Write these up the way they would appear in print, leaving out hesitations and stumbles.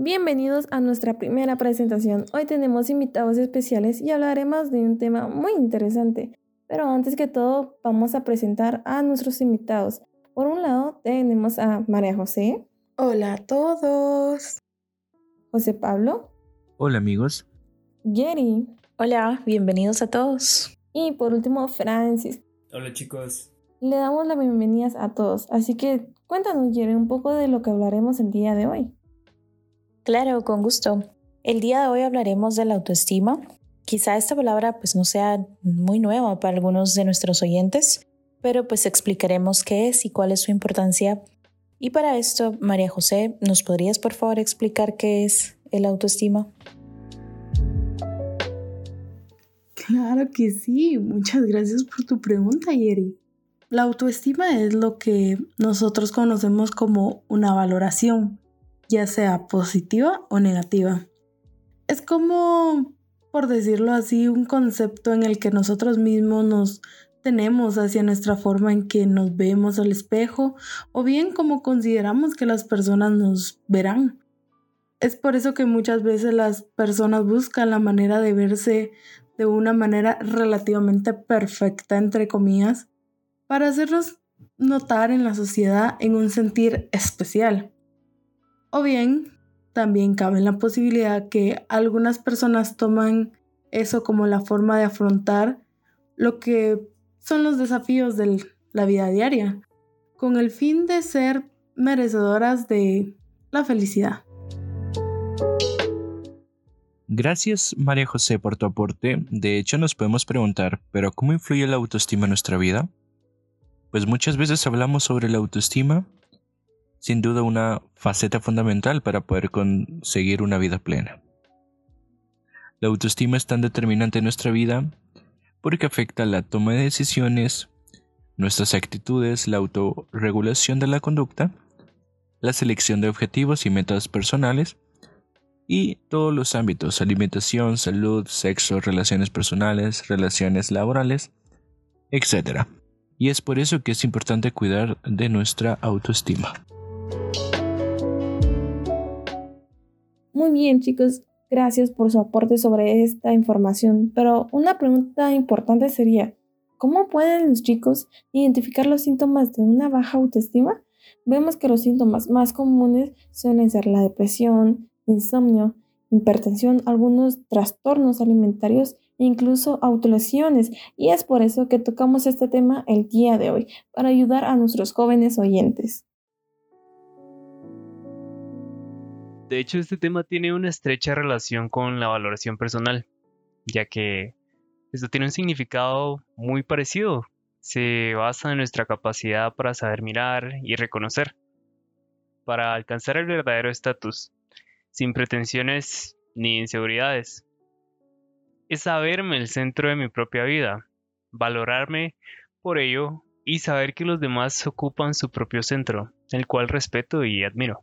Bienvenidos a nuestra primera presentación. Hoy tenemos invitados especiales y hablaremos de un tema muy interesante. Pero antes que todo, vamos a presentar a nuestros invitados. Por un lado, tenemos a María José. Hola a todos. José Pablo. Hola amigos. Jerry. Hola, bienvenidos a todos. Y por último, Francis. Hola chicos. Le damos las bienvenidas a todos. Así que cuéntanos, Jerry, un poco de lo que hablaremos el día de hoy. Claro, con gusto. El día de hoy hablaremos de la autoestima. Quizá esta palabra no sea muy nueva para algunos de nuestros oyentes, pero explicaremos qué es y cuál es su importancia. Y para esto, María José, ¿nos podrías por favor explicar qué es el autoestima? Claro que sí. Muchas gracias por tu pregunta, Yeri. La autoestima es lo que nosotros conocemos como una valoración, ya sea positiva o negativa. Es como, por decirlo así, un concepto en el que nosotros mismos nos tenemos hacia nuestra forma en que nos vemos al espejo o bien como consideramos que las personas nos verán. Es por eso que muchas veces las personas buscan la manera de verse de una manera relativamente perfecta, entre comillas, para hacernos notar en la sociedad en un sentir especial. O bien, también cabe la posibilidad que algunas personas toman eso como la forma de afrontar lo que son los desafíos de la vida diaria, con el fin de ser merecedoras de la felicidad. Gracias, María José, por tu aporte. De hecho, nos podemos preguntar, ¿pero cómo influye la autoestima en nuestra vida? Pues muchas veces hablamos sobre la autoestima, sin duda una faceta fundamental para poder conseguir una vida plena. La autoestima es tan determinante en nuestra vida porque afecta la toma de decisiones, nuestras actitudes, la autorregulación de la conducta, la selección de objetivos y metas personales y todos los ámbitos: alimentación, salud, sexo, relaciones personales, relaciones laborales, etc. Y es por eso que es importante cuidar de nuestra autoestima. Muy bien, chicos, gracias por su aporte sobre esta información. Pero una pregunta importante sería, ¿cómo pueden los chicos identificar los síntomas de una baja autoestima? Vemos que los síntomas más comunes suelen ser la depresión, insomnio, hipertensión, algunos trastornos alimentarios e incluso autolesiones. Y es por eso que tocamos este tema el día de hoy, para ayudar a nuestros jóvenes oyentes. De hecho, este tema tiene una estrecha relación con la valoración personal, ya que esto tiene un significado muy parecido. Se basa en nuestra capacidad para saber mirar y reconocer, para alcanzar el verdadero estatus, sin pretensiones ni inseguridades. Es saberme el centro de mi propia vida, valorarme por ello y saber que los demás ocupan su propio centro, el cual respeto y admiro.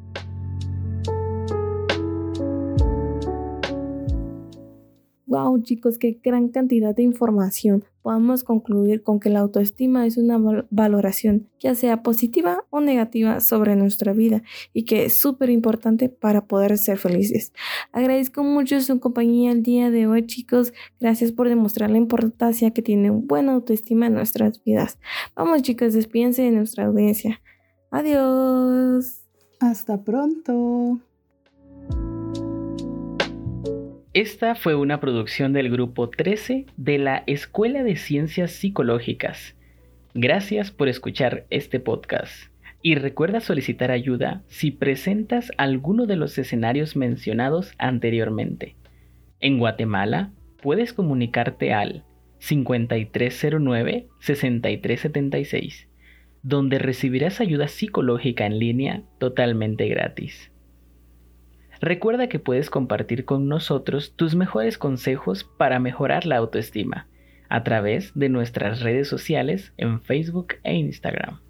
Wow, chicos, qué gran cantidad de información. Podemos concluir con que la autoestima es una valoración, ya sea positiva o negativa, sobre nuestra vida y que es súper importante para poder ser felices. Agradezco mucho su compañía el día de hoy, chicos. Gracias por demostrar la importancia que tiene una buena autoestima en nuestras vidas. Vamos, chicos, despídense de nuestra audiencia. Adiós. Hasta pronto. Esta fue una producción del Grupo 13 de la Escuela de Ciencias Psicológicas. Gracias por escuchar este podcast. Y recuerda solicitar ayuda si presentas alguno de los escenarios mencionados anteriormente. En Guatemala, puedes comunicarte al 5309-6376, donde recibirás ayuda psicológica en línea totalmente gratis. Recuerda que puedes compartir con nosotros tus mejores consejos para mejorar la autoestima a través de nuestras redes sociales en Facebook e Instagram.